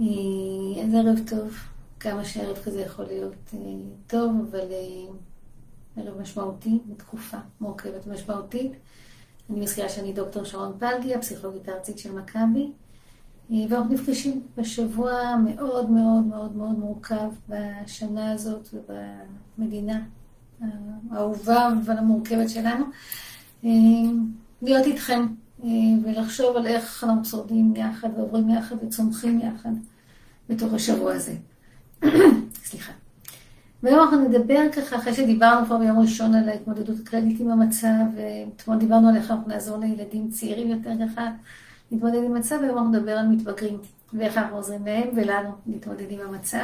אז ערב טוב, כמה שערב כזה יכול להיות טוב, אבל ערב משמעותי, בתקופה מורכבת משמעותית. אני מזכירה שאני דוקטור שרון פלגי, הפסיכולוגית הארצית של מכבי, ואנחנו נפגשים בשבוע מאוד מאוד מאוד מאוד מורכב בשנה הזאת ובמדינה האהובה והמורכבת שלנו. להיות איתכם ולחשוב על איך אנחנו שורדים יחד ועוברים יחד וצומחים יחד בתוך השבוע הזה. סליחה. והיום אנחנו נדבר ככה, אחרי שדיברנו כבר ביום ראשון על ההתמודדות הכללית עם המצב, ואתמול דיברנו על איך אנחנו נעזור לילדים צעירים יותר ככה להתמודד עם המצב, והיום אנחנו נדבר על מתבגרים, ואיך אנחנו עוזרים להם ולנו להתמודד עם המצב.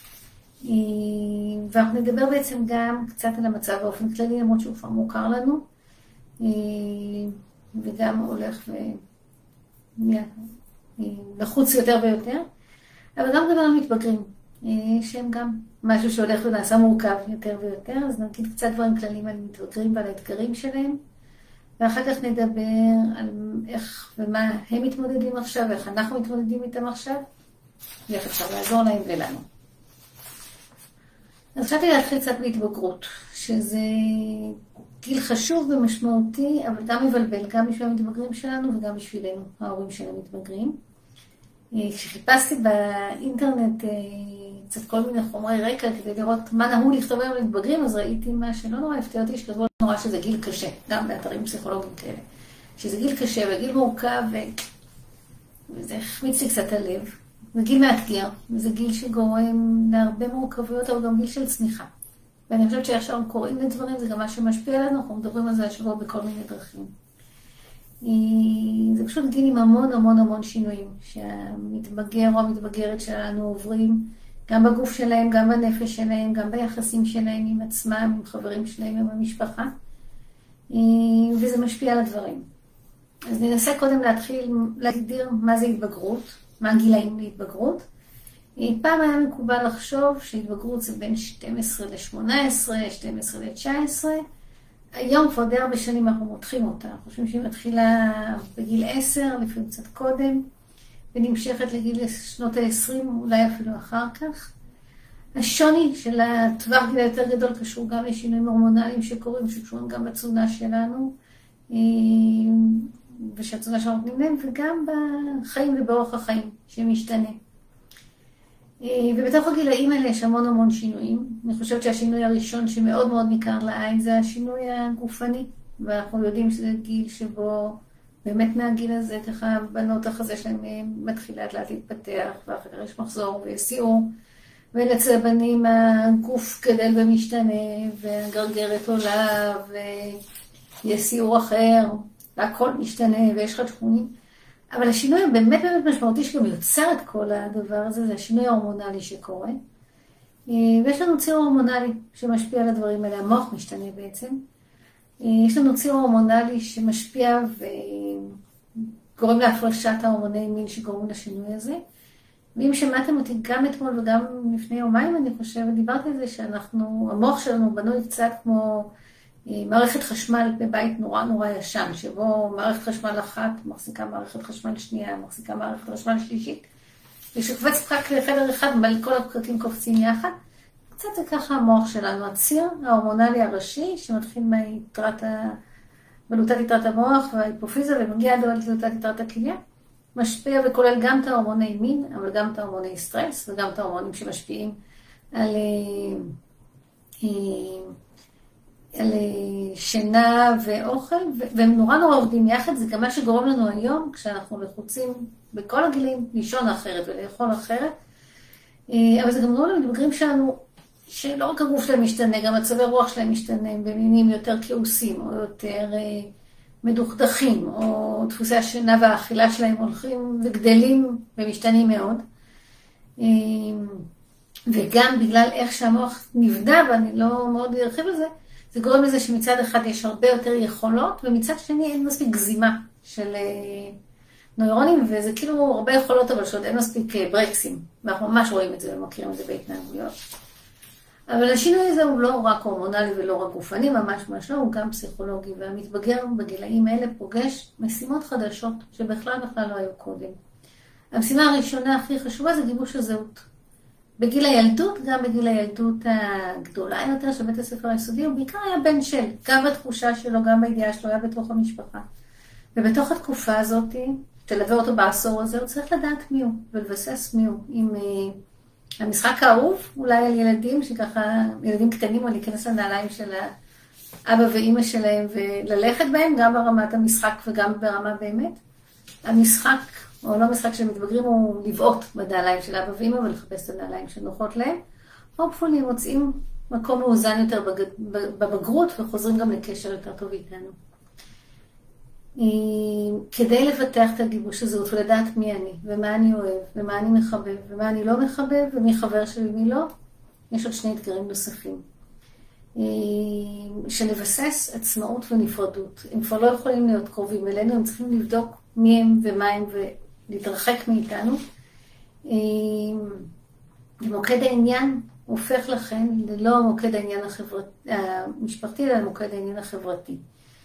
ואנחנו נדבר בעצם גם קצת על המצב באופן כללי, למרות שהוא כבר מוכר לנו, וגם הולך ולחוץ יותר ויותר, אבל גם נדבר על מתבגרים, שהם גם משהו שהולך ונעשה מורכב יותר ויותר, אז נגיד קצת דברים כלליים על מתבגרים ועל האתגרים שלהם, ואחר כך נדבר על איך ומה הם מתמודדים עכשיו, ואיך אנחנו מתמודדים איתם עכשיו, ואיך אפשר לעזור להם ולנו. אז חשבתי להתחיל קצת בהתבגרות, שזה גיל חשוב ומשמעותי, אבל גם מבלבל, גם בשביל המתבגרים שלנו וגם בשבילנו, ההורים של המתבגרים. כשחיפשתי באינטרנט קצת כל מיני חומרי רקע כדי לראות מה נהוג לכתוב היום למתבגרים, אז ראיתי מה שלא נורא הפתיע אותי, שכתבו נורא שזה גיל קשה, גם באתרים פסיכולוגיים כאלה. שזה גיל קשה וגיל מורכב, וזה החמיץ לי קצת הלב. זה גיל מאתגר, וזה גיל שגורם להרבה מורכבויות, אבל גם גיל של צמיחה. ואני חושבת שאיך שאנחנו קוראים לדברים, זה גם מה שמשפיע עלינו, אנחנו מדברים על זה השבוע בכל מיני דרכים. זה פשוט גיל עם המון המון המון שינויים, שהמתבגר או המתבגרת שלנו עוברים, גם בגוף שלהם, גם בנפש שלהם, גם ביחסים שלהם עם עצמם, עם חברים שלהם, עם המשפחה, וזה משפיע על הדברים. אז ננסה קודם להתחיל להגדיר מה זה התבגרות, מה הגילאים להתבגרות. פעם היה מקובל לחשוב שהתבגרות זה בין 12 ל-18, 12 ל-19. היום כבר די הרבה שנים אנחנו מותחים אותה. אנחנו חושבים שהיא מתחילה בגיל 10, לפעמים קצת קודם, ונמשכת לגיל שנות ה-20, אולי אפילו אחר כך. השוני של הטווח גיל היותר גדול קשור גם לשינויים הורמונליים שקורים, שקשורים גם בתזונה שלנו, ושהתזונה שאנחנו נותנים להם, וגם בחיים ובאורח החיים שמשתנה. ובתוך הגילאים האלה יש המון המון שינויים. אני חושבת שהשינוי הראשון שמאוד מאוד ניכר לעין זה השינוי הגופני, ואנחנו יודעים שזה גיל שבו באמת מהגיל הזה ככה בנות החזה שלהם מתחילה לאט להתפתח, ואחר כך יש מחזור וסיור, ולצל הבנים הגוף גדל ומשתנה, והגרגרת עולה, ויש סיור אחר, והכל משתנה ויש חדשונים. אבל השינוי באמת באמת משמעותי שגם יוצר את כל הדבר הזה, זה השינוי ההורמונלי שקורה. ויש לנו ציר הורמונלי שמשפיע על הדברים האלה, המוח משתנה בעצם. יש לנו ציר הורמונלי שמשפיע וגורם להפרשת ההורמוני מין שגורמים לשינוי הזה. ואם שמעתם אותי גם אתמול וגם לפני יומיים, אני חושבת, דיברתי על זה המוח שלנו בנוי קצת כמו מערכת חשמל בבית נורא נורא ישן, שבו מערכת חשמל אחת מחזיקה מערכת חשמל שנייה, מחזיקה מערכת חשמל שלישית, ושקבץ פרק לחדר אחד, כל הפרקים קופצים יחד. קצת זה ככה המוח שלנו, הציר ההורמונלי הראשי, שמתחיל בלוטת יתרת המוח וההיפופיזה, ומגיע עד ללוטת יתרת הכליה, משפיע וכולל גם את ההורמוני מין, אבל גם את ההורמוני סטרס, וגם את ההורמונים שמשפיעים על שינה ואוכל, והם נורא נורא עובדים יחד. זה גם מה שגורם לנו היום, כשאנחנו לחוצים בכל הגילים, לישון אחרת ולאכול אחרת. אבל זה גם גורם למתבגרים שלנו, שלא רק הגוף שלהם משתנה, גם מצבי רוח שלהם משתנה, הם במינים יותר כעוסים, או יותר מדוכדכים, או דפוסי השינה והאכילה שלהם הולכים וגדלים ומשתנים מאוד. וגם בגלל איך שהמוח נבנה, ואני לא מאוד ארחיב על זה, זה גורם לזה שמצד אחד יש הרבה יותר יכולות, ומצד שני אין מספיק גזימה של נוירונים, וזה כאילו הרבה יכולות, אבל שעוד אין מספיק ברקסים. ואנחנו ממש רואים את זה ומכירים את זה בהתנהגויות. אבל השינוי הזה הוא לא רק הורמונלי ולא רק גופני, ממש ממש לא, הוא גם פסיכולוגי, והמתבגר בגילאים האלה פוגש משימות חדשות שבכלל לא היו קודם. המשימה הראשונה הכי חשובה זה גיבוש הזהות. בגיל הילדות, גם בגיל הילדות הגדולה יותר של בית הספר היסודי, הוא בעיקר היה בן של, גם בתחושה שלו, גם בידיעה שלו, היה בתוך המשפחה. ובתוך התקופה הזאת, תלווה אותו בעשור הזה, הוא צריך לדעת מי הוא, ולבסס מי הוא. עם המשחק האהוב, אולי על ילדים, שככה, ילדים קטנים, או להיכנס לנעליים של האבא ואימא שלהם, וללכת בהם, גם ברמת המשחק וגם ברמה באמת. המשחק, או לא משחק של מתבגרים, הוא לבעוט בנעליים של אבא ואמא ולחפש את הנעליים שנוחות להם. הופפולי מוצאים מקום מאוזן יותר בבגרות וחוזרים גם לקשר יותר טוב איתנו. כדי לבטח את הגיבוש הזהות ולדעת מי אני ומה אני אוהב ומה אני מחבב ומה אני לא מחבב ומי חבר שלי ומי לא, יש עוד שני אתגרים נוספים. שנבסס עצמאות ונפרדות. הם כבר לא יכולים להיות קרובים אלינו, הם צריכים לבדוק מי הם ומה הם ולהתרחק מאיתנו. מוקד העניין הופך לכן ללא מוקד העניין המשפחתי, אלא למוקד העניין החברתי.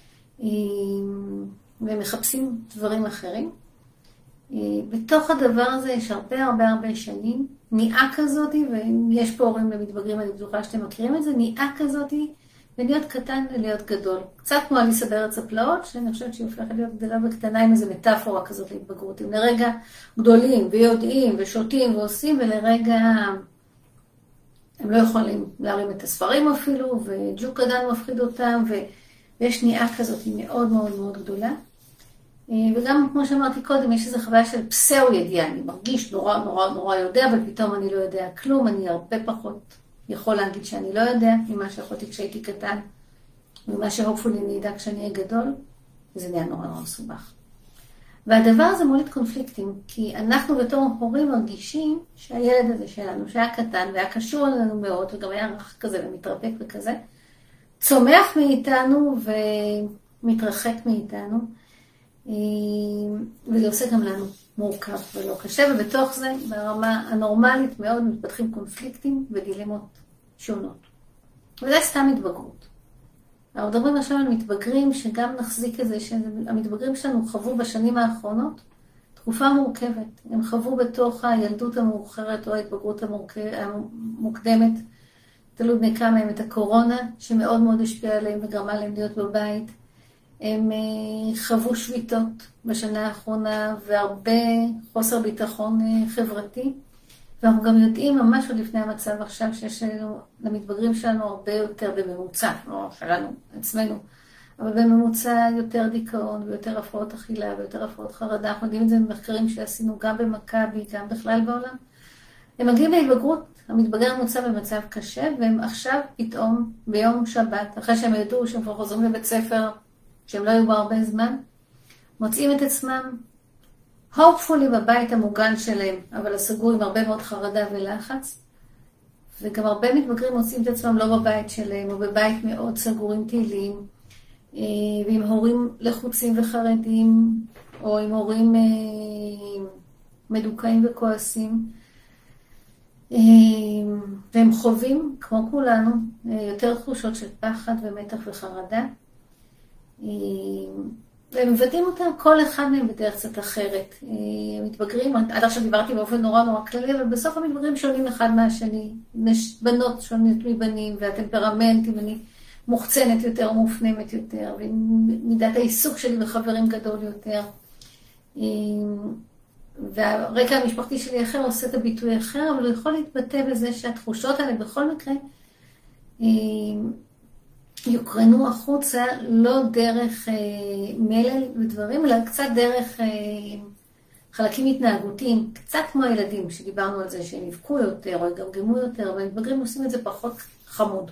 והם מחפשים דברים אחרים. בתוך הדבר הזה יש הרבה שנים, ניעה כזאת, ויש פה הורים למתבגרים, אני בטוחה שאתם מכירים את זה, ניעה כזאת, ולהיות קטן ולהיות גדול. קצת כמו אליסה בארץ הפלאות, שאני חושבת שהיא הופכת להיות גדולה וקטנה עם איזו מטאפורה כזאת להתבגרות. הם לרגע גדולים ויודעים ושותים ועושים, ולרגע הם לא יכולים להרים את הספרים אפילו, וג'וק קטן מפחיד אותם, ויש ניעה כזאת מאוד מאוד מאוד גדולה. וגם, כמו שאמרתי קודם, יש איזו חוויה של פסאו ידיעה, אני מרגיש נורא יודע, אבל פתאום אני לא יודע כלום, אני הרבה פחות יכול להגיד שאני לא יודע ממה שיכולתי כשהייתי קטן, ומה שהופפולי אני אדע כשאני אהיה גדול, וזה נהיה נורא מסובך. והדבר הזה מוליד קונפליקטים, כי אנחנו בתור הורים מרגישים שהילד הזה שלנו, שהיה קטן והיה קשור אלינו מאוד, וגם היה רך כזה ומתרפק וכזה, צומח מאיתנו ומתרחק מאיתנו, וזה עושה גם לנו מורכב ולא קשה, ובתוך זה, ברמה הנורמלית מאוד, מתפתחים קונפליקטים ודילמות שונות. וזה סתם התבגרות. אנחנו מדברים עכשיו על מתבגרים שגם נחזיק את זה, שהמתבגרים שלנו חוו בשנים האחרונות תקופה מורכבת. הם חוו בתוך הילדות המאוחרת או ההתבגרות המוקדמת, תלוי בני כמה הם, את הקורונה, שמאוד מאוד השפיעה עליהם וגרמה להם להיות בבית. הם חוו שביתות בשנה האחרונה והרבה חוסר ביטחון חברתי. ואנחנו גם יודעים ממש עוד לפני המצב עכשיו שיש למתבגרים שלנו הרבה יותר בממוצע, לא שלנו, עצמנו, אבל בממוצע יותר דיכאון ויותר הפרעות אכילה ויותר הפרעות חרדה. אנחנו יודעים את זה במחקרים שעשינו גם במכבי, גם בכלל בעולם. הם מגיעים להתבגרות, המתבגר מוצא במצב קשה, והם עכשיו פתאום ביום שבת, אחרי שהם ידעו שהם כבר חוזרים לבית ספר, שהם לא היו בו הרבה זמן, מוצאים את עצמם hopefully בבית המוגן שלהם, אבל הסגור עם הרבה מאוד חרדה ולחץ, וגם הרבה מתבגרים מוצאים את עצמם לא בבית שלהם, או בבית מאוד סגור עם טילים, ועם הורים לחוצים וחרדים, או עם הורים מדוכאים וכועסים, והם חווים, כמו כולנו, יותר תחושות של פחד ומתח וחרדה, והם מבטאים אותם כל אחד מהם בדרך קצת אחרת. המתבגרים, עד עכשיו דיברתי באופן נורא כללי, אבל בסוף המתבגרים שונים אחד מהשני. בנות שונות מבנים, והטמפרמנט, אם אני מוחצנת יותר או מופנמת יותר, ומידת העיסוק שלי בחברים גדול יותר. והרקע המשפחתי שלי אחר עושה את הביטוי אחר, אבל הוא יכול להתבטא בזה שהתחושות האלה בכל מקרה יוקרנו החוצה, לא דרך מלל ודברים, אלא קצת דרך חלקים התנהגותיים, קצת כמו הילדים שדיברנו על זה, שהם יבכו יותר או יגמגמו יותר, אבל מתבגרים עושים את זה פחות חמוד.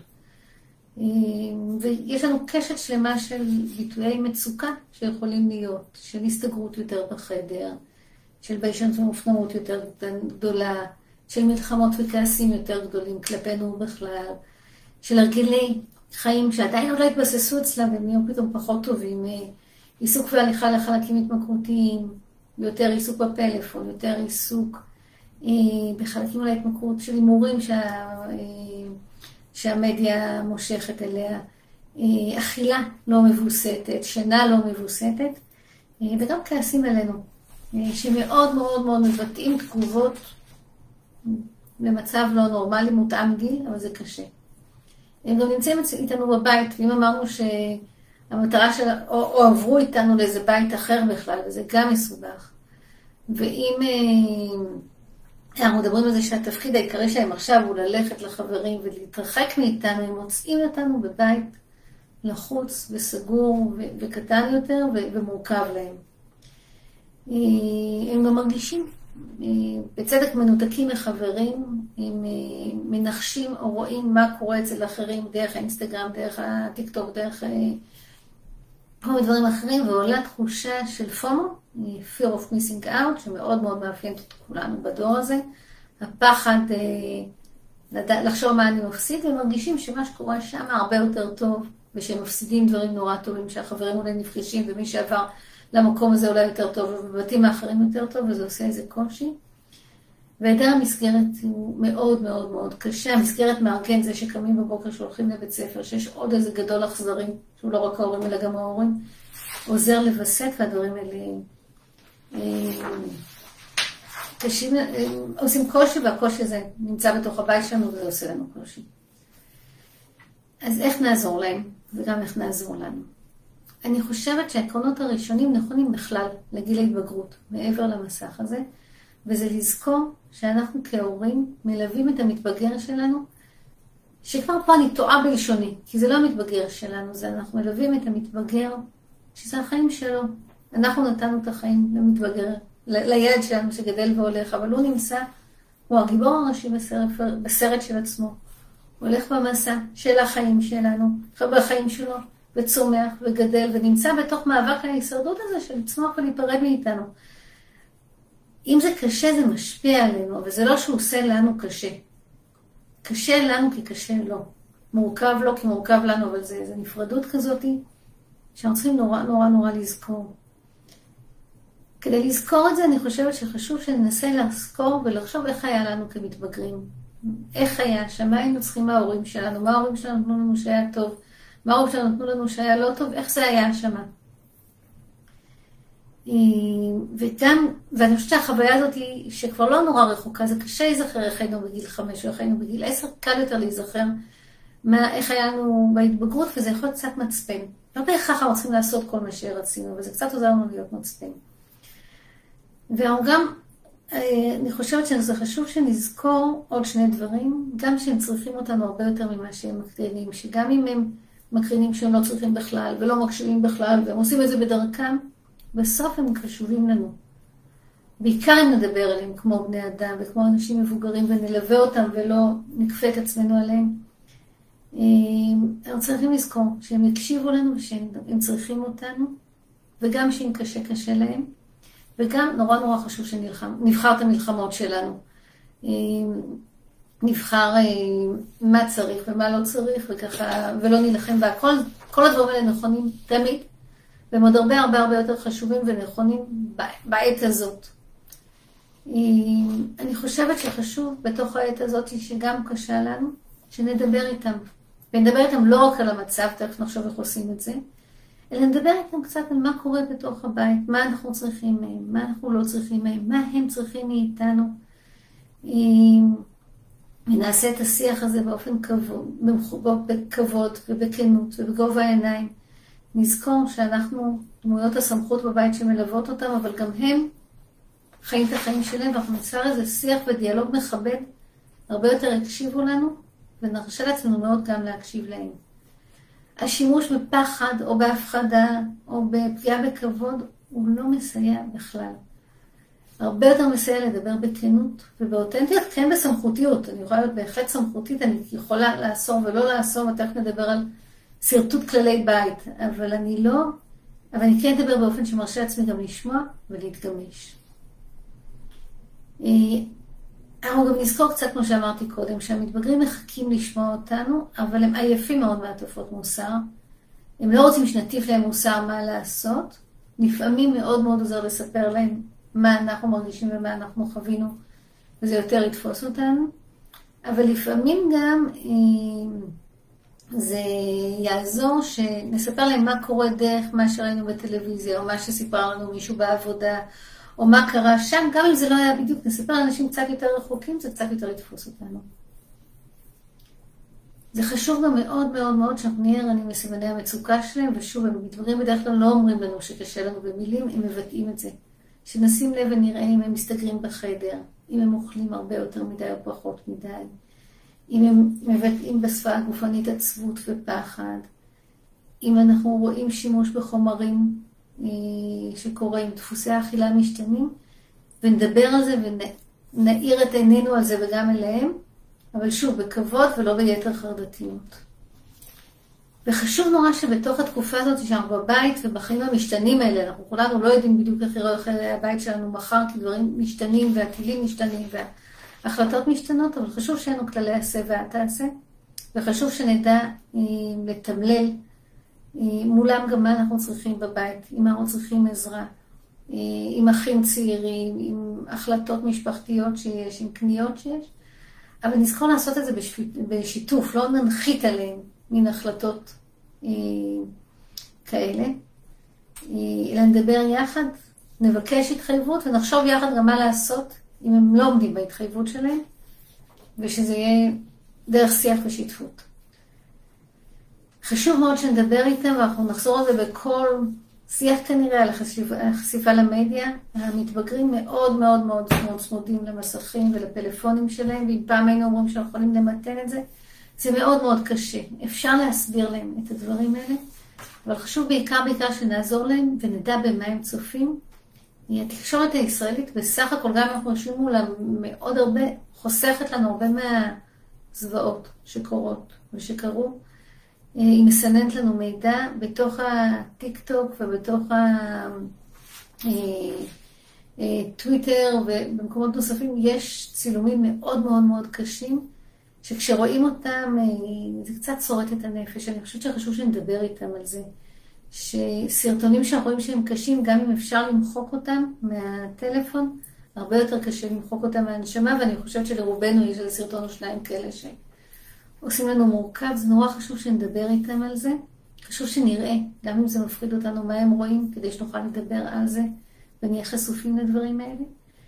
ויש לנו קשת שלמה של ביטויי מצוקה שיכולים להיות, של הסתגרות יותר בחדר, של ביישנות ומופנמות יותר גדולה, של מלחמות וכעסים יותר גדולים כלפינו בכלל, של הרגלי חיים שעדיין לא התבססו אצלם, והם יהיו פתאום פחות טובים, עיסוק והליכה לחלקים התמכרותיים, יותר עיסוק בפלאפון, יותר עיסוק בחלקים להתמכרות של הימורים שהמדיה מושכת אליה, אכילה לא מבוסתת, שינה לא מבוסתת, וגם כעסים אלינו. שמאוד מאוד מאוד מבטאים תגובות במצב לא נורמלי, מותאם גיל, אבל זה קשה. הם גם נמצאים איתנו בבית, ואם אמרנו שהמטרה של, או עברו איתנו לאיזה בית אחר בכלל, וזה גם מסובך. ואם אנחנו מדברים על זה שהתפקיד העיקרי שלהם עכשיו הוא ללכת לחברים ולהתרחק מאיתנו, הם מוצאים אותנו בבית לחוץ וסגור וקטן יותר ומורכב להם. הם גם מרגישים בצדק מנותקים מחברים, הם מנחשים או רואים מה קורה אצל אחרים דרך האינסטגרם, דרך הטיקטוק, דרך כל מיני דברים אחרים, ועולה תחושה של פומו, fear of missing out, שמאוד מאוד מאפיינת את כולנו בדור הזה. הפחד לחשוב מה אני מפסיד, הם מרגישים שמה שקורה שם הרבה יותר טוב, ושהם מפסידים דברים נורא טובים, שהחברים אולי נפגשים, ומי שעבר למקום הזה אולי יותר טוב, ובבתים האחרים יותר טוב, וזה עושה איזה קושי. והיעדר המסגרת הוא מאוד מאוד מאוד קשה. המסגרת מארגן זה שקמים בבוקר שהולכים לבית ספר, שיש עוד איזה גדול אכזרי, שהוא לא רק ההורים אלא גם ההורים, עוזר לבסט, והדברים האלה קשים, עושים קושי, והקושי הזה נמצא בתוך הבית שלנו וזה עושה לנו קושי. אז איך נעזור להם וגם איך נעזור לנו? אני חושבת שהעקרונות הראשונים נכונים בכלל לגיל ההתבגרות, מעבר למסך הזה, וזה לזכור שאנחנו כהורים מלווים את המתבגר שלנו, שכבר פה אני טועה בלשוני, כי זה לא המתבגר שלנו, זה אנחנו מלווים את המתבגר, שזה החיים שלו. אנחנו נתנו את החיים למתבגר, לילד שלנו שגדל והולך, אבל הוא נמצא, הוא הגיבור הראשי בסרט של עצמו. הוא הולך במסע של החיים שלנו, בחיים שלו, וצומח וגדל, ונמצא בתוך מאבק ההישרדות הזה של לצמוח ולהיפרד מאיתנו. אם זה קשה, זה משפיע עלינו, אבל זה לא שהוא עושה לנו קשה. קשה לנו כי קשה לו. מורכב לו כי מורכב לנו, אבל זה נפרדות כזאת שאנחנו צריכים נורא נורא נורא לזכור. כדי לזכור את זה, אני חושבת שחשוב שננסה לזכור ולחשוב איך היה לנו כמתבגרים. איך היה שם, מה היינו צריכים מההורים שלנו, מה ההורים שלנו נתנו לנו שהיה טוב, מה ההורים שלנו נתנו לנו שהיה לא טוב, איך זה היה שם. ואני חושבת שהחוויה הזאת היא שכבר לא נורא רחוקה, זה קשה להיזכר איך היינו בגיל 5 או איך היינו בגיל 10, קל יותר להיזכר איך היינו בהתבגרות, וזה יכול להיות קצת מצפן. לא בהכרח אנחנו צריכים לעשות כל מה שרצינו, וזה קצת עוזר לנו להיות מצפן. וגם, אני חושבת שזה חשוב שנזכור עוד שני דברים, גם שהם צריכים אותנו הרבה יותר ממה שהם מקרינים, שגם אם הם מקרינים שהם לא צריכים בכלל, ולא מקשיבים בכלל, והם עושים את זה בדרכם, בסוף הם קשובים לנו. בעיקר אם נדבר עליהם כמו בני אדם וכמו אנשים מבוגרים ונלווה אותם ולא נקפה את עצמנו עליהם. הם צריכים לזכור שהם יקשיבו לנו ושהם צריכים אותנו, וגם שאם קשה קשה להם, וגם נורא נורא חשוב שנבחר את המלחמות שלנו. נבחר מה צריך ומה לא צריך וככה, ולא נלחם בה. כל הדברים האלה נכונים תמיד. והם עוד הרבה הרבה הרבה יותר חשובים ונכונים בעת הזאת. אני חושבת שחשוב בתוך העת הזאת שגם קשה לנו, שנדבר איתם. ונדבר איתם לא רק על המצב, תכף נחשוב איך עושים את זה, אלא נדבר איתם קצת על מה קורה בתוך הבית, מה אנחנו צריכים מהם, מה אנחנו לא צריכים מהם, מה הם צריכים מאיתנו. ונעשה את השיח הזה באופן בכבוד ובכנות ובגובה העיניים. נזכור שאנחנו דמויות הסמכות בבית שמלוות אותם, אבל גם הם חיים את החיים שלהם, ואנחנו נצטרך איזה שיח ודיאלוג מכבד, הרבה יותר יקשיבו לנו, ונרשה לעצמנו מאוד גם להקשיב להם. השימוש בפחד או בהפחדה או בפגיעה בכבוד הוא לא מסייע בכלל. הרבה יותר מסייע לדבר בכנות ובאותנטיות, כן בסמכותיות. אני יכולה להיות בהחלט סמכותית, אני יכולה לאסור ולא לאסור, ותכף נדבר על סרטוט כללי בית, אבל אני כן אדבר באופן שמרשה לעצמי גם לשמוע ולהתגמש. אנחנו גם נזכור קצת, כמו שאמרתי קודם, שהמתבגרים מחכים לשמוע אותנו, אבל הם עייפים מאוד מהטפות מוסר. הם לא רוצים שנטיף להם מוסר מה לעשות. לפעמים מאוד מאוד עוזר לספר להם מה אנחנו מרגישים ומה אנחנו חווינו, וזה יותר יתפוס אותנו. אבל לפעמים גם זה יעזור שנספר להם מה קורה דרך מה שראינו בטלוויזיה, או מה שסיפר לנו מישהו בעבודה, או מה קרה שם, גם אם זה לא היה בדיוק, נספר לאנשים קצת יותר רחוקים, זה קצת יותר יתפוס אותנו. זה חשוב גם מאוד מאוד מאוד שאנחנו נהיה ערניים לסימני המצוקה שלהם, ושוב, הם מתבגרים בדרך כלל לא אומרים לנו שקשה לנו במילים, הם מבטאים את זה. שנשים לב ונראה אם הם מסתגרים בחדר, אם הם אוכלים הרבה יותר מדי או פחות מדי, אם הם מבטאים בשפה הגופנית עצבות ופחד, אם אנחנו רואים שימוש בחומרים שקורה, עם דפוסי האכילה משתנים, ונדבר על זה ונעיר את עינינו על זה וגם אליהם, אבל שוב, בכבוד ולא ביתר חרדתיות. וחשוב נורא שבתוך התקופה הזאת שאנחנו בבית ובחיים המשתנים האלה, אנחנו כולנו לא יודעים בדיוק איך יראה אחרי הבית שלנו מחר, כי דברים משתנים והטילים משתנים וההחלטות משתנות, אבל חשוב שיהיה לנו כללי עשה ואל תעשה, וחשוב שנדע לתמלל מולם גם מה אנחנו צריכים בבית, אם אנחנו צריכים עזרה, עם אחים צעירים, עם החלטות משפחתיות שיש, עם קניות שיש, אבל נזכור לעשות את זה בשיתוף, לא ננחית עליהם מן החלטות כאלה, אלא נדבר יחד, נבקש התחייבות ונחשוב יחד גם מה לעשות אם הם לא עומדים בהתחייבות שלהם, ושזה יהיה דרך שיח ושותפות. חשוב מאוד שנדבר איתם, ואנחנו נחזור על זה בכל שיח כנראה על החשיפה למדיה. המתבגרים מאוד מאוד מאוד מאוד צמודים למסכים ולפלאפונים שלהם, ואם פעם היינו אומרים שאנחנו יכולים למתן את זה, זה מאוד מאוד קשה. אפשר להסביר להם את הדברים האלה, אבל חשוב בעיקר שנעזור להם ונדע במה הם צופים. התקשורת הישראלית בסך הכל, גם אנחנו יושבים מולה מאוד הרבה, חוסכת לנו הרבה מהזוועות שקורות ושקרו. היא מסננת לנו מידע בתוך הטיק טוק ובתוך הטוויטר ובמקומות נוספים. יש צילומים מאוד מאוד מאוד קשים, שכשרואים אותם זה קצת צורט את הנפש. אני חושבת שחשוב שנדבר איתם על זה. שסרטונים שאנחנו רואים שהם קשים, גם אם אפשר למחוק אותם מהטלפון, הרבה יותר קשה למחוק אותם מהנשמה, ואני חושבת שלרובנו יש איזה סרטון או שניים כאלה שעושים לנו מורכב. זה נורא חשוב שנדבר איתם על זה. חשוב שנראה, גם אם זה מפחיד אותנו מה הם רואים, כדי שנוכל לדבר על זה ונהיה חשופים לדברים האלה.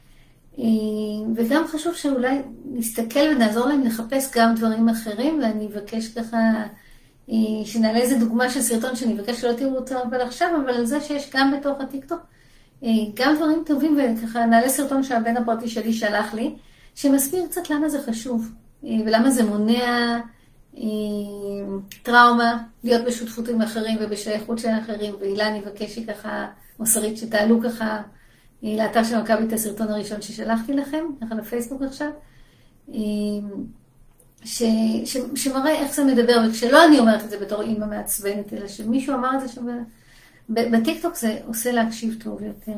וגם חשוב שאולי נסתכל ונעזור להם לחפש גם דברים אחרים, ואני אבקש ככה שנעלה איזה דוגמה של סרטון שאני אבקש שלא תראו אותו אבל עכשיו, אבל על זה שיש גם בתוך הטיקטוק גם דברים טובים, וככה נעלה סרטון שהבן הפרטי שלי שלח לי, שמסביר קצת למה זה חשוב, ולמה זה מונע טראומה, להיות בשותפות עם אחרים ובשייכות של אחרים. ואילה, אני אבקש ככה מוסרית שתעלו ככה לאתר של מכבי את הסרטון הראשון ששלחתי לכם, ככה לפייסבוק עכשיו, שמראה איך זה מדבר, וכשלא אני אומרת את זה בתור אימא מעצבנת, אלא שמישהו אמר את זה בטיקטוק, זה עושה להקשיב טוב יותר.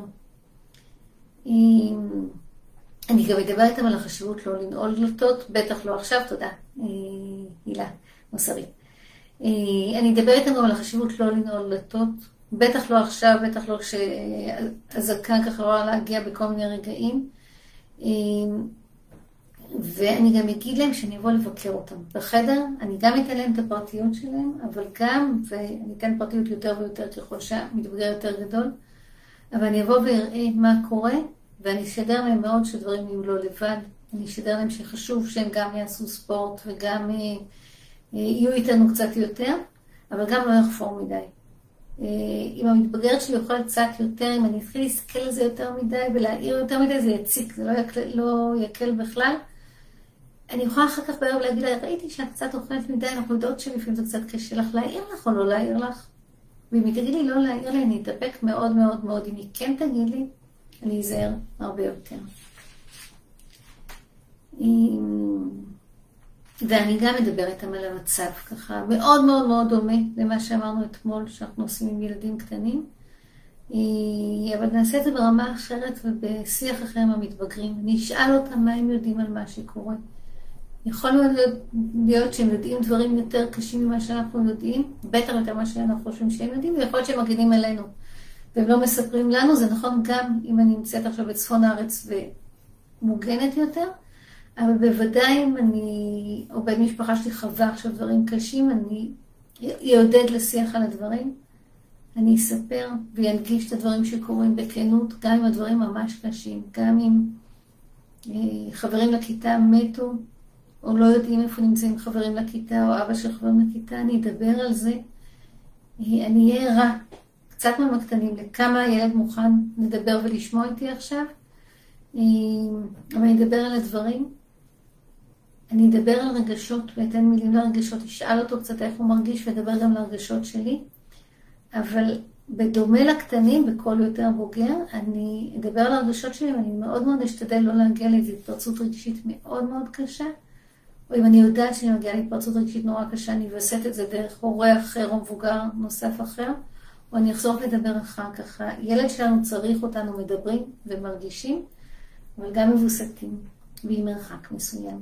אני גם מדבר איתם על החשיבות לא לנעול דלתות, בטח לא עכשיו, תודה, הילה, מוסרית. אני אדבר איתם גם על החשיבות לא לנעול דלתות, בטח לא עכשיו, בטח לא כשהזקן ככה לא להגיע בכל מיני רגעים. ואני גם אגיד להם שאני אבוא לבקר אותם בחדר, אני גם אתן להם את הפרטיות שלהם, אבל גם, ואני אתן פרטיות יותר ויותר ככל שהמתבגר יותר גדול, אבל אני אבוא ואראה מה קורה, ואני אשדר להם מאוד שדברים יהיו לא לבד. אני אשדר להם שחשוב שהם גם יעשו ספורט וגם יהיו איתנו קצת יותר, אבל גם לא יחפור מדי. אם המתבגרת שלי יוכל קצת יותר, אם אני אתחיל להסתכל על זה יותר מדי ולהעיר יותר מדי, זה יציק, זה לא יקל בכלל. אני יכולה אחר כך בערב להגיד לה, ראיתי שאת קצת אוכלת מדי, אנחנו יודעות שלפעמים זה קצת קשה לך להעיר לך או לא להעיר לך. ואם היא תגיד לי לא להעיר לי, אני אתאפק מאוד מאוד מאוד. אם היא כן תגיד לי, אני אזהר הרבה יותר. ואני גם מדבר איתם על המצב ככה, מאוד מאוד מאוד דומה למה שאמרנו אתמול, שאנחנו עושים עם ילדים קטנים. אבל נעשה את זה ברמה אחרת ובשיח אחר עם המתבגרים. אני אשאל אותם מה הם יודעים על מה שקורה. יכול להיות שהם יודעים דברים יותר קשים ממה שאנחנו יודעים, בטח יותר מה שאנחנו חושבים שהם יודעים, ויכול להיות שהם מגינים עלינו והם לא מספרים לנו. זה נכון גם אם אני נמצאת עכשיו בצפון הארץ ומוגנת יותר, אבל בוודאי אם אני, או בן משפחה שלי חווה עכשיו דברים קשים, אני יעודד לשיח על הדברים. אני אספר וינגיש את הדברים שקורים בכנות, גם אם הדברים ממש קשים, גם אם חברים לכיתה מתו, או לא יודעים איפה נמצאים חברים לכיתה, או אבא של חברים לכיתה, אני אדבר על זה. אני אהיה ערה, קצת מהקטנים, לכמה הילד מוכן לדבר ולשמוע איתי עכשיו. אבל אני אדבר על הדברים. אני אדבר על רגשות ואתן מילים לרגשות, אשאל אותו קצת איך הוא מרגיש ואדבר גם לרגשות שלי. אבל בדומה לקטנים, בכל יותר בוגר, אני אדבר על הרגשות שלי ואני מאוד מאוד אשתדל לא להגיע לאיזו התפרצות רגשית מאוד מאוד קשה. או אם אני יודעת שאני מגיעה להתפרצות רגשית נורא קשה, אני אעשה את זה דרך הורה אחר או מבוגר נוסף אחר, או אני אחזור לדבר אחר כך. הילד שלנו צריך אותנו מדברים ומרגישים, אבל גם מבוסתים, ועם מרחק מסוים.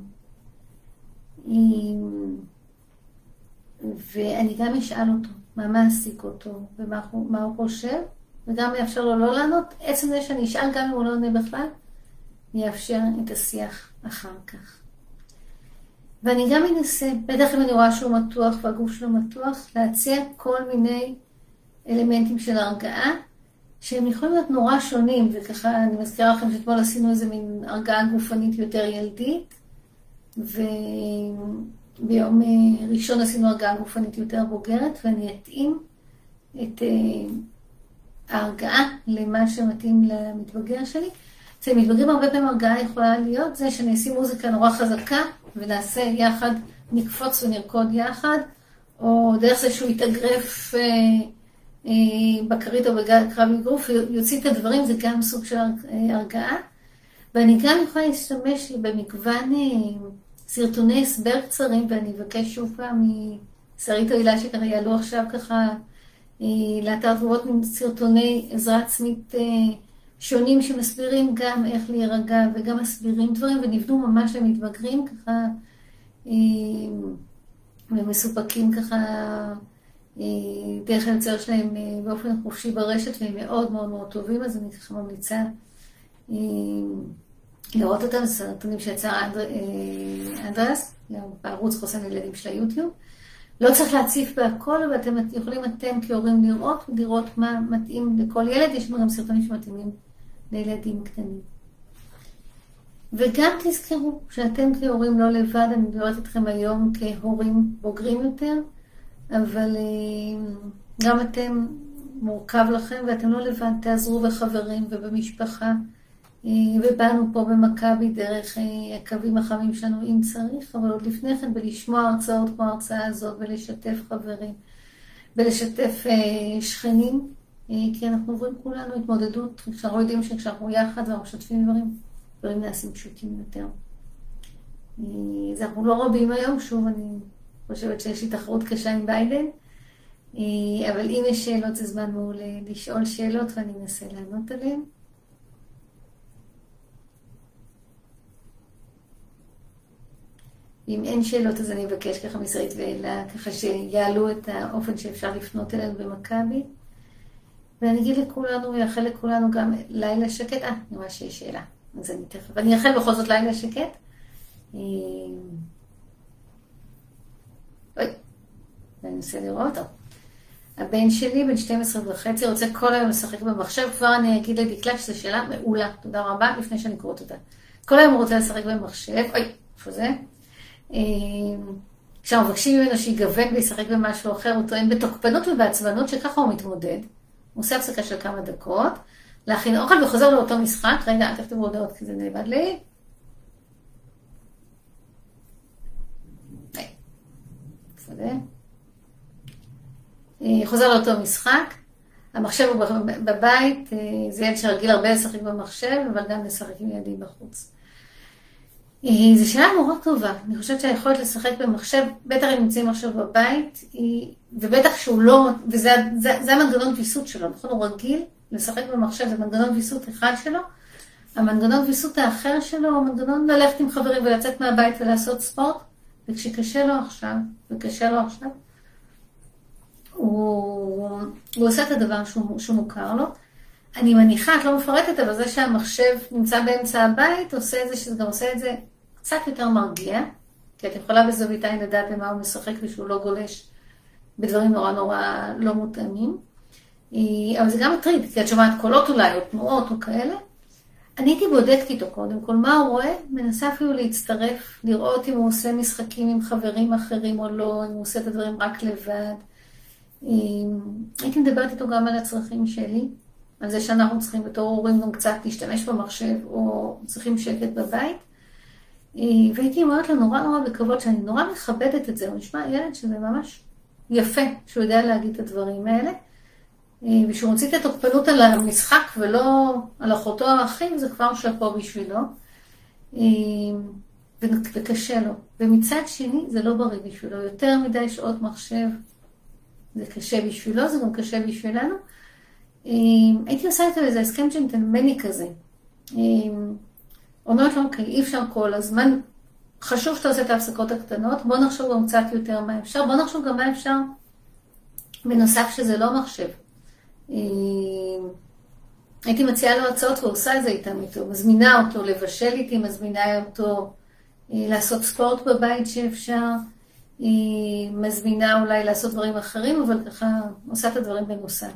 ואני גם אשאל אותו, מה מעסיק אותו, ומה הוא חושב, וגם יאפשר לו לא לענות. עצם זה שאני אשאל גם אם הוא לא עונה בכלל, יאפשר את השיח אחר כך. ואני גם אנסה, בטח אם אני רואה שהוא מתוח והגוף שלו מתוח, להציע כל מיני אלמנטים של הרגעה, שהם יכולים להיות נורא שונים, וככה אני מזכירה לכם שאתמול עשינו איזה מין הרגעה גופנית יותר ילדית, וביום ראשון עשינו הרגעה גופנית יותר בוגרת, ואני אתאים את ההרגעה למה שמתאים למתבגר שלי. אצל מתבגרים הרבה פעמים הרגעה יכולה להיות זה שאני אשים מוזיקה נורא חזקה, ונעשה יחד, נקפוץ ונרקוד יחד, או דרך זה שהוא יתאגרף בקרית או בקרב אגרוף, יוציא את הדברים, זה גם סוג של הרגעה. ואני גם יכולה להשתמש במגוון סרטוני הסבר קצרים, ואני אבקש שוב פעם משרית או הילה שככה יעלו עכשיו ככה לאתר תגובות סרטוני עזרה עצמית שונים שמסבירים גם איך להירגע וגם מסבירים דברים, ונבנו ממש למתבגרים ככה ומסופקים ככה דרך היוצר שלהם באופן חופשי ברשת, והם מאוד מאוד מאוד טובים, אז אני ככה ממליצה לראות אותם. סרטונים שיצר אנדרס, בערוץ חוסן לילדים של היוטיוב. לא צריך להציף בהכל, אבל אתם יכולים כהורים לראות מה מתאים לכל ילד. יש לנו גם סרטונים שמתאימים לילדים קטנים. וגם תזכרו שאתם כהורים לא לבד, אני מדברת אתכם היום כהורים בוגרים יותר, אבל גם אתם מורכב לכם ואתם לא לבד, תעזרו בחברים ובמשפחה, ובאנו פה במכבי דרך הקווים החמים שלנו אם צריך, אבל עוד לפני כן בלשמוע הרצאות כמו ההרצאה הזאת, ולשתף חברים, ולשתף שכנים, כי אנחנו עוברים כולנו התמודדות, כשאנחנו יודעים שכשאנחנו יחד ואנחנו משתפים דברים נעשים פשוטים יותר. אז אנחנו לא רבים היום, שוב אני חושבת שיש לי תחרות קשה עם ביידן, אבל אם יש שאלות זה זמן מעולה לשאול שאלות ואני אנסה לענות עליהן. אם אין שאלות אז אני אבקש ככה מסרית ואלה, ככה שיעלו את האופן שאפשר לפנות אלינו במכבי. ואני אגיד לכולנו, ויאחל לכולנו גם לילה שקט. אני רואה שיש שאלה, אז אני תכף. ואני אאחל בכל זאת לילה שקט. אוי, אני אנסה לראות. הבן שלי, בן 12.5, רוצה כל היום לשחק במחשב. כבר אני אגיד לדקלה שזו שאלה מעולה. תודה רבה, לפני שאני קוראת אותה. כל היום הוא רוצה לשחק במחשב. אוי, איפה זה? כשאנחנו מבקשים ממנו שיגוון וישחק במשהו אחר, הוא טוען בתוקפנות ובעצבנות שככה הוא מתמודד. הוא עושה הפסקה של כמה דקות, להכין אוכל וחוזר לאותו משחק. רגע, אל תכתבו הודעות כי זה נאבד לי. איפה זה? חוזר לאותו משחק. המחשב הוא בבית, זה ילד שרגיל הרבה לשחק במחשב, אבל גם לשחק עם ילדים בחוץ. זו שאלה נורא טובה. אני חושבת שהיכולת לשחק במחשב, בטח אם נמצאים עכשיו בבית, ובטח שהוא לא, וזה המנגנון ויסות שלו, נכון? הוא רגיל לשחק במחשב, זה מנגנון ויסות אחד שלו. המנגנון ויסות האחר שלו הוא מנגנון ללכת עם חברים ולצאת מהבית ולעשות ספורט, וכשקשה לו עכשיו, הוא עושה את הדבר שהוא מוכר לו. אני מניחה, את לא מפרטת, אבל זה שהמחשב נמצא באמצע הבית, עושה את זה, שזה גם עושה את זה קצת יותר מרגיע, כי את יכולה בזווית עין לדעת במה הוא משחק ושהוא לא גולש בדברים נורא נורא לא מותאמים. אבל זה גם מטריד, כי את שומעת קולות אולי, או תנועות או כאלה. אני הייתי בודקת איתו קודם כל, מה הוא רואה? מנסה אפילו להצטרף, לראות אם הוא עושה משחקים עם חברים אחרים או לא, אם הוא עושה את הדברים רק לבד. הייתי מדברת איתו גם על הצרכים שלי, על זה שאנחנו צריכים בתור הורים גם קצת להשתמש במחשב, או צריכים שקט בבית. והייתי אומרת לו נורא נורא בכבוד, שאני נורא מכבדת את זה, הוא נשמע ילד שזה ממש יפה, שהוא יודע להגיד את הדברים האלה. ושהוא מוציא את התוקפנות על המשחק ולא על אחותו או האחים, זה כבר שפה בשבילו. וקשה לו. ומצד שני, זה לא בריא בשבילו. יותר מדי שעות מחשב, זה קשה בשבילו, זה גם קשה בשבילנו. הייתי עושה איתו איזה הסכם ג'נטלמני כזה. אומרת לו, אוקיי, אי אפשר כל הזמן. חשוב שאתה עושה את ההפסקות הקטנות. בוא נחשוב גם קצת יותר מה אפשר. בוא נחשוב גם מה אפשר בנוסף שזה לא מחשב. הייתי מציעה לו הצעות ועושה את זה איתו, מזמינה אותו לבשל איתי, מזמינה אותו לעשות ספורט בבית שאפשר, מזמינה אולי לעשות דברים אחרים, אבל ככה עושה את הדברים בנוסף.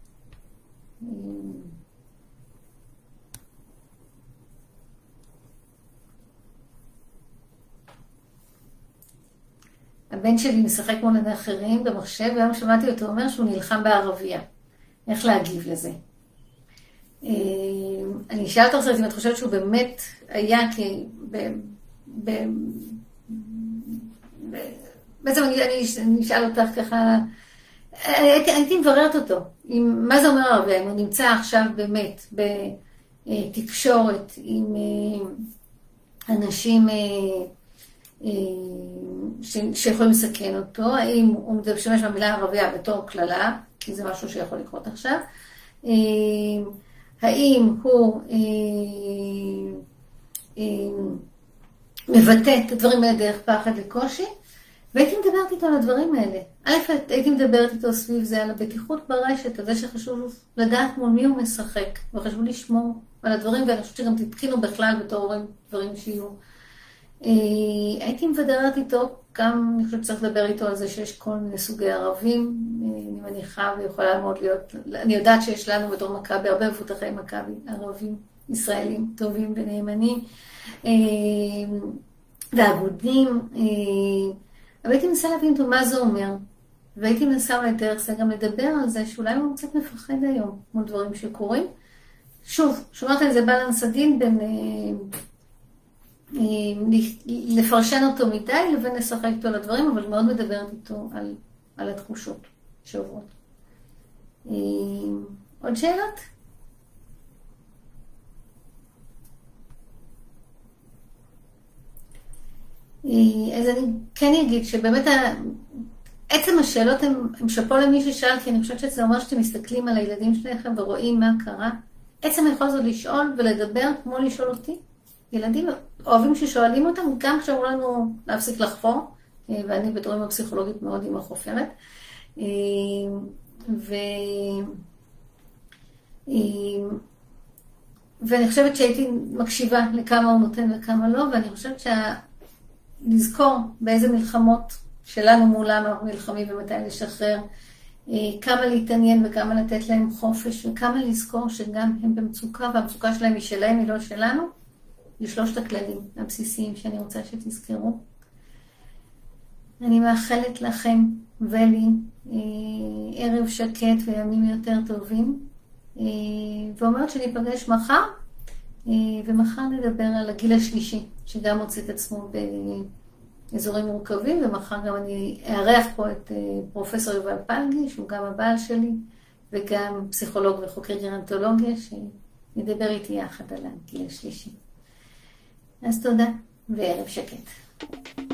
הבן שלי משחק מול עיני אחרים במחשב, והיום שמעתי אותו אומר שהוא נלחם בערבייה. איך להגיב לזה? אני אשאל אותך אם את חושבת שהוא באמת היה, כי בעצם אני אשאל אותך ככה, הייתי מבררת אותו, מה זה אומר ערבייה, אם הוא נמצא עכשיו באמת בתקשורת עם אנשים שיכולים לסכן אותו, האם הוא משתמש במילה ערבייה בתור כללה, כי זה משהו שיכול לקרות עכשיו, האם הוא מבטא את הדברים האלה דרך פחד לקושי, והייתי מדברת איתו על הדברים האלה. א', הייתי מדברת איתו סביב זה, על הבטיחות ברשת, על זה שחשוב לדעת מול מי הוא משחק, וחשוב לשמור על הדברים, ואני חושבת שגם תתקינו בכלל בתור הורים דברים שיהיו. הייתי מדברת איתו, גם אני חושבת שצריך לדבר איתו על זה שיש כל מיני סוגי ערבים, אני מניחה ויכולה מאוד להיות, אני יודעת שיש לנו בתור מכבי, הרבה מפותחי מכבי, ערבים, ישראלים, טובים ונאמנים, ואגודים, אבל הייתי מנסה להבין אותו מה זה אומר, והייתי מנסה אולי דרך זה גם לדבר על זה, שאולי הוא קצת מפחד היום מול דברים שקורים. שוב, שומעת על זה בלנס עדין בין לפרשן אותו מדי לבין לשחק איתו על הדברים, אבל מאוד מדברת איתו על התחושות שעוברות. עוד שאלות? אז אני כן אגיד שבאמת עצם השאלות הם שפו למי ששאל, כי אני חושבת שזה אומר שאתם מסתכלים על הילדים שלכם ורואים מה קרה. עצם היכול הזאת לשאול ולדבר כמו לשאול אותי. ילדים אוהבים ששואלים אותם, גם כשאמרו לנו להפסיק לחפור, ואני בתור אמא פסיכולוגית מאוד אמא חופרת. ואני חושבת שהייתי מקשיבה לכמה הוא נותן וכמה לא, ואני חושבת לזכור באיזה מלחמות שלנו מולם אנחנו נלחמים ומתי לשחרר, כמה להתעניין וכמה לתת להם חופש, וכמה לזכור שגם הם במצוקה, והמצוקה שלהם היא שלהם, היא לא שלנו. לשלושת הכללים הבסיסיים שאני רוצה שתזכרו. אני מאחלת לכם ולי ערב שקט וימים יותר טובים, ואומרת שניפגש מחר, ומחר נדבר על הגיל השלישי, שגם מוצא את עצמו באזורים מורכבים, ומחר גם אני אארח פה את פרופסור יובל פלגי, שהוא גם הבעל שלי, וגם פסיכולוג וחוקר גרנטולוגיה, שנדבר איתי יחד על הגיל השלישי. אז תודה, וערב שקט.